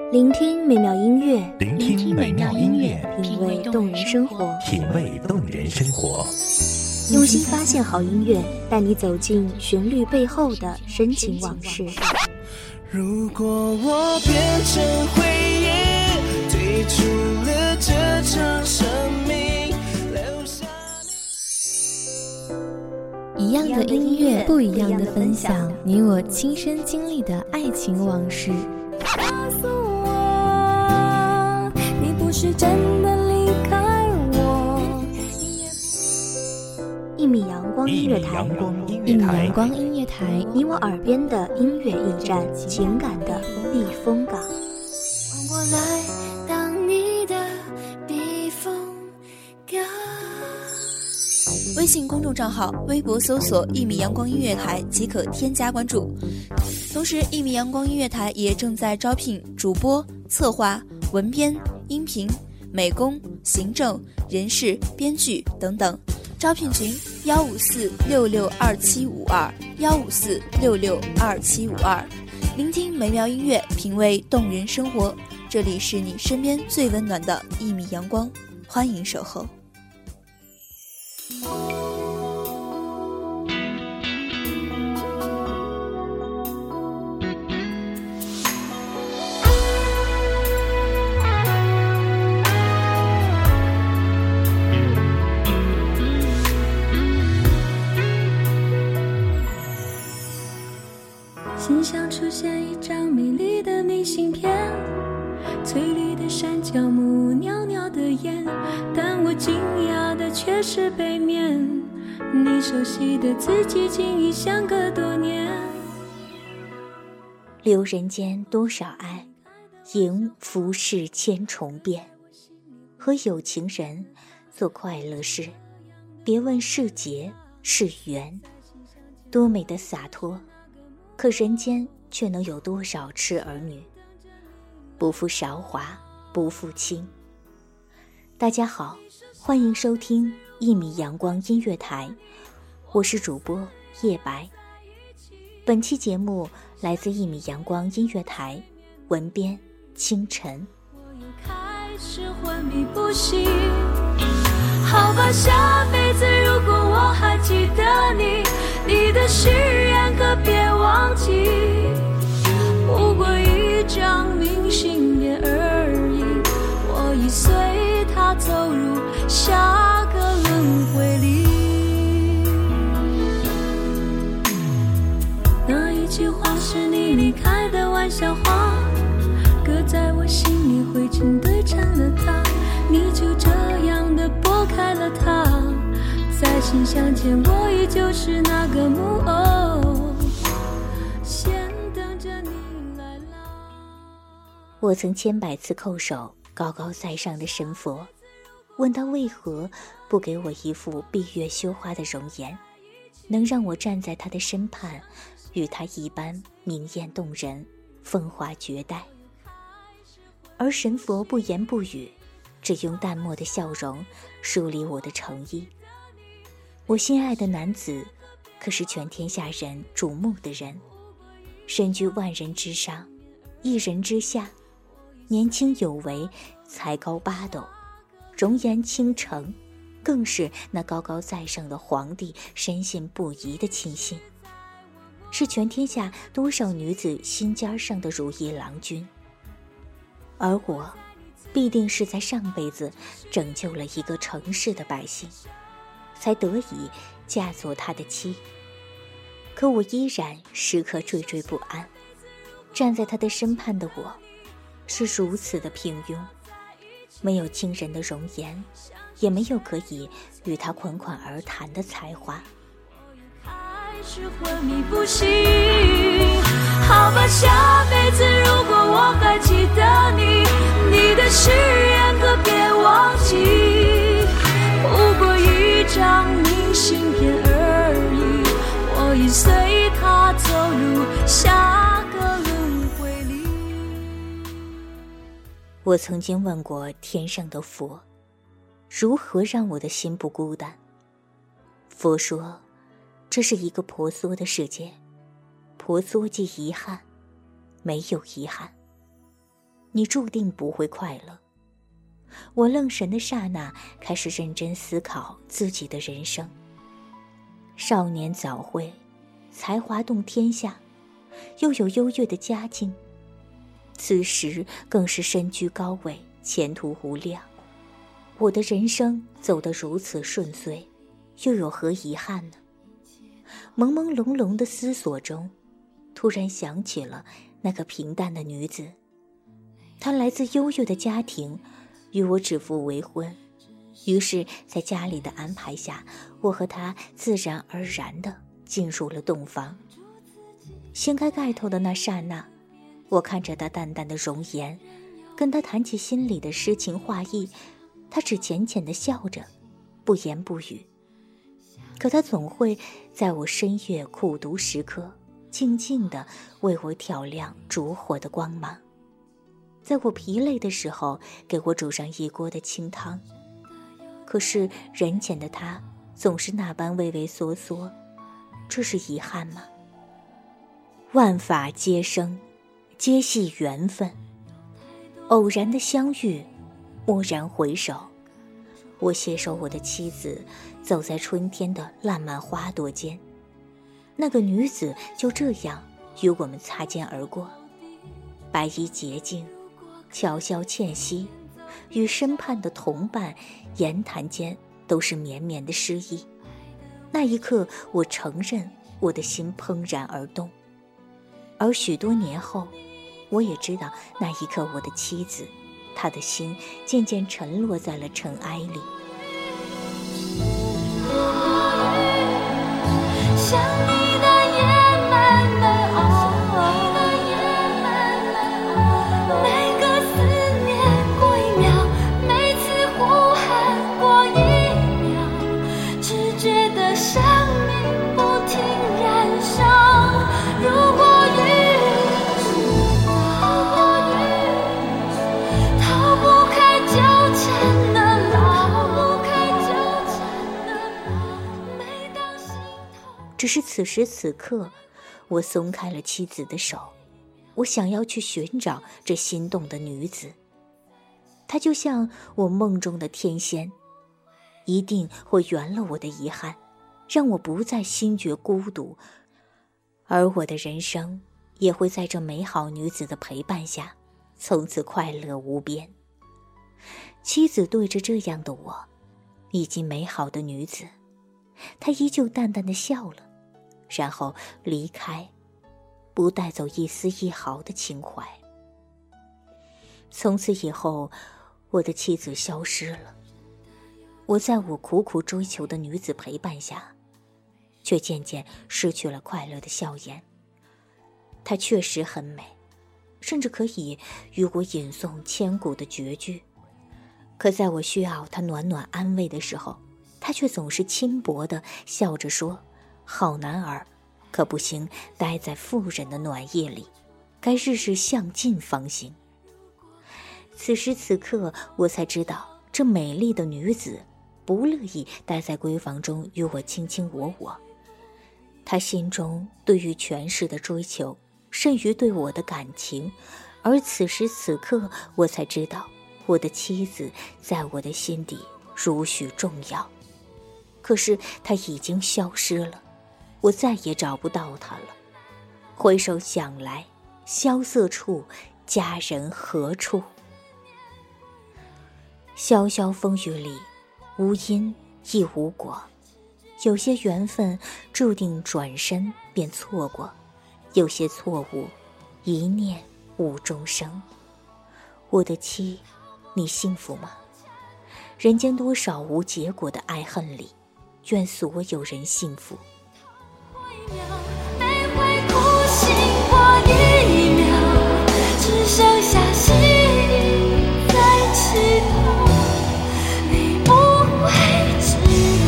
聆听美妙音乐， 聆听美妙音乐， 品味动人生活， 品味动人生活。 用心发现好音乐，带你走进旋律背后的深情往事。 如果我变成回忆，退出了这场生命，留下一样的音乐，不一样的分享，你我亲身经历的爱情往事。 告诉我，你不是真的离开我。 一米阳光音乐台， 一米阳光音乐台， 你我耳边的音乐驿站，情感的避风港。 让我来当你的避风港。 微信公众账号、微博搜索“一米阳光音乐台”即可添加关注。同时，一米阳光音乐台也正在招聘主播、策划、文编、音频、美工、行政、人事、编剧等等。招聘群154662752，154662752。聆听美妙音乐，品味动人生活。这里是你身边最温暖的一米阳光，欢迎守候。 心上出现一张美丽的明信片，翠绿的山脚木，袅袅的烟，但我惊讶的却是背面，你熟悉的字迹竟已相隔多年。 留人间多少爱，迎浮世千重变。和有情人做快乐事，别问是劫是缘。多美的洒脱，可人间却能有多少痴儿女？不负韶华，不负卿。大家好，欢迎收听一米阳光音乐台，我是主播叶白。本期节目来自一米阳光音乐台，文编清晨。 我又开始昏迷不醒，好吧，下辈子如果我还记得你，你的誓言可别忘记，不过一张明信片而已，我已随它走入下个轮回里。那一句话是你离开的玩笑话，搁在我心里灰尘堆成了塔，你就这样的拨开了它，在信箱前我依旧是那个木偶，先等着你来啦。 我曾千百次叩首高高在上的神佛，问他为何不给我一副闭月羞花的容颜，能让我站在他的身畔，与他一般明艳动人，风华绝代。而神佛不言不语，只用淡漠的笑容梳理我的诚意。我心爱的男子，可是全天下人瞩目的人，身居万人之上，一人之下，年轻有为，才高八斗，容颜倾城，更是那高高在上的皇帝深信不疑的亲信，是全天下多少女子心尖上的如意郎君。而我必定是在上辈子拯救了一个城市的百姓，才得以嫁作他的妻。可我依然时刻惴惴不安，站在他的身畔的我是如此的平庸，没有惊人的容颜，也没有可以与他款款而谈的才华。 还是昏迷不醒，好吧，下辈子如果我还记得你，你的誓言可别忘记，不过一张明信片而已，我已随它走入下个轮回里。 我曾经问过天上的佛，如何让我的心不孤单？佛说，这是一个婆娑的世界，婆娑即遗憾，没有遗憾。 你注定不会快乐。我愣神的刹那，开始认真思考自己的人生。少年早慧，才华动天下，又有优越的家境，此时更是身居高位，前途无量。我的人生走得如此顺遂，又有何遗憾呢？朦朦胧胧的思索中，突然想起了那个平淡的女子。她来自优越的家庭，与我指腹为婚。于是在家里的安排下，我和她自然而然地进入了洞房。掀开盖头的那刹那，我看着她淡淡的容颜，跟她谈起心里的诗情画意，她只浅浅地笑着，不言不语。可她总会在我深夜苦读时刻，静静地为我挑亮烛火的光芒，在我疲累的时候给我煮上一锅的清汤。可是人前的她总是那般畏畏缩缩，这是遗憾吗？万法皆生，皆系缘分，偶然的相遇，蓦然回首，我携手我的妻子走在春天的烂漫花朵间，那个女子就这样与我们擦肩而过，白衣洁净，巧笑倩兮，与身畔的同伴言谈间都是绵绵的诗意。那一刻，我承认我的心怦然而动。而许多年后，我也知道那一刻我的妻子，她的心渐渐沉落在了尘埃里。 像你的夜漫漫每个思念过一秒，每次呼喊过一秒，只觉得生命不停燃烧。如果逃不开纠缠的牢，每当心头。 只是此时此刻，我松开了妻子的手，我想要去寻找这心动的女子。她就像我梦中的天仙，一定会圆了我的遗憾，让我不再心觉孤独，而我的人生也会在这美好女子的陪伴下，从此快乐无边。妻子对着这样的我，以及美好的女子，她依旧淡淡的笑了，然后离开，不带走一丝一毫的情怀。从此以后，我的妻子消失了。我在我苦苦追求的女子陪伴下，却渐渐失去了快乐的笑颜。她确实很美，甚至可以与我吟诵千古的绝句。可在我需要她暖暖安慰的时候，她却总是轻薄地笑着说：好男儿，可不行待在妇人的暖意里，该日日向进方行。此时此刻，我才知道这美丽的女子不乐意待在闺房中与我卿卿我我，她心中对于权势的追求甚于对我的感情，而此时此刻，我才知道我的妻子在我的心底如许重要。可是她已经消失了，我再也找不到她了。回首想来，萧瑟处，佳人何处？潇潇风雨里，无因亦无果。有些缘分注定转身便错过，有些错误一念误终生。我的妻，你幸福吗？人间多少无结果的爱恨里，愿所有人幸福。 每回哭醒过一秒，只剩下心在祈祷，你不会知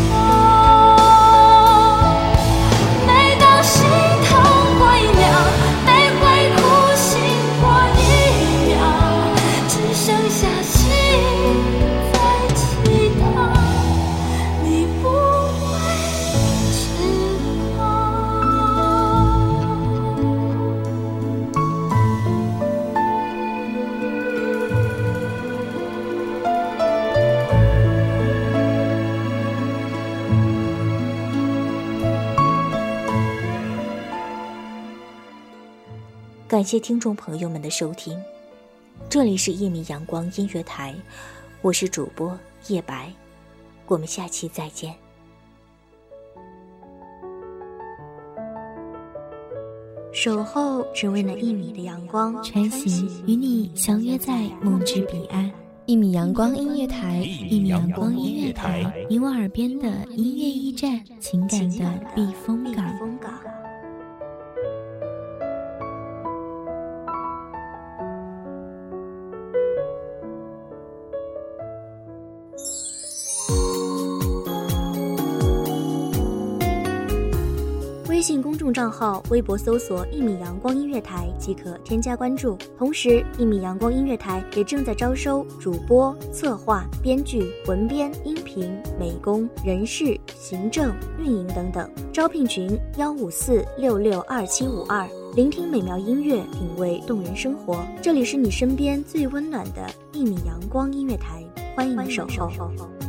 道。每当心痛过一秒，每回哭醒过一秒，只剩下心在祈祷，你不会知道。 感谢听众朋友们的收听，这里是1米阳光音乐台，我是主播叶白，我们下期再见。 守候只为那1米的阳光， 穿行与你相约在梦之彼岸。1米阳光音乐台，1米阳光音乐台，你我耳边的音乐驿站，情感的避风港。 微信公众账号、微博搜索1米阳光音乐台即可添加关注。同时，1米阳光音乐台也正在招收主播、策划、编剧、文编、音频、美工、人事、行政、运营等等。招聘群154662752。聆听美妙音乐，品味动人生活。这里是你身边最温暖的1米阳光音乐台，欢迎守候。